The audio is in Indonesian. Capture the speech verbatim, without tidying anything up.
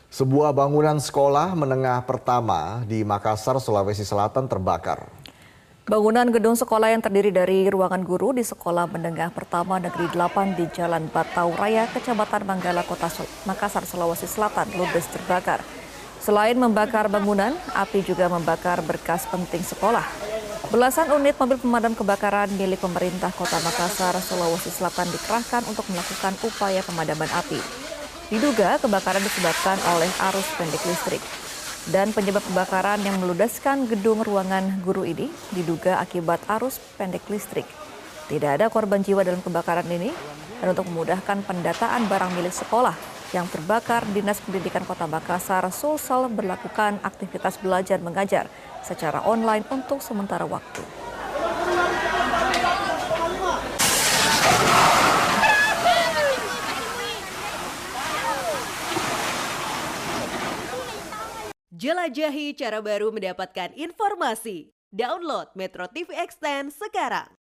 Sebuah bangunan sekolah menengah pertama di Makassar, Sulawesi Selatan terbakar. Bangunan gedung sekolah yang terdiri dari ruangan guru di Sekolah Menengah Pertama Negeri delapan di Jalan Batau Raya, Kecamatan Manggala, Kota Makassar, Sulawesi Selatan, ludes terbakar. Selain membakar bangunan, api juga membakar berkas penting sekolah. Belasan unit mobil pemadam kebakaran milik pemerintah Kota Makassar, Sulawesi Selatan dikerahkan untuk melakukan upaya pemadaman api. Diduga kebakaran disebabkan oleh arus pendek listrik. Dan penyebab kebakaran yang meludeskan gedung ruangan guru ini diduga akibat arus pendek listrik. Tidak ada korban jiwa dalam kebakaran ini, dan untuk memudahkan pendataan barang milik sekolah yang terbakar, Dinas Pendidikan Kota Makassar Sulsel berlakukan aktivitas belajar mengajar secara online untuk sementara waktu. Jelajahi cara baru mendapatkan informasi. Download Metro T V Extend sekarang.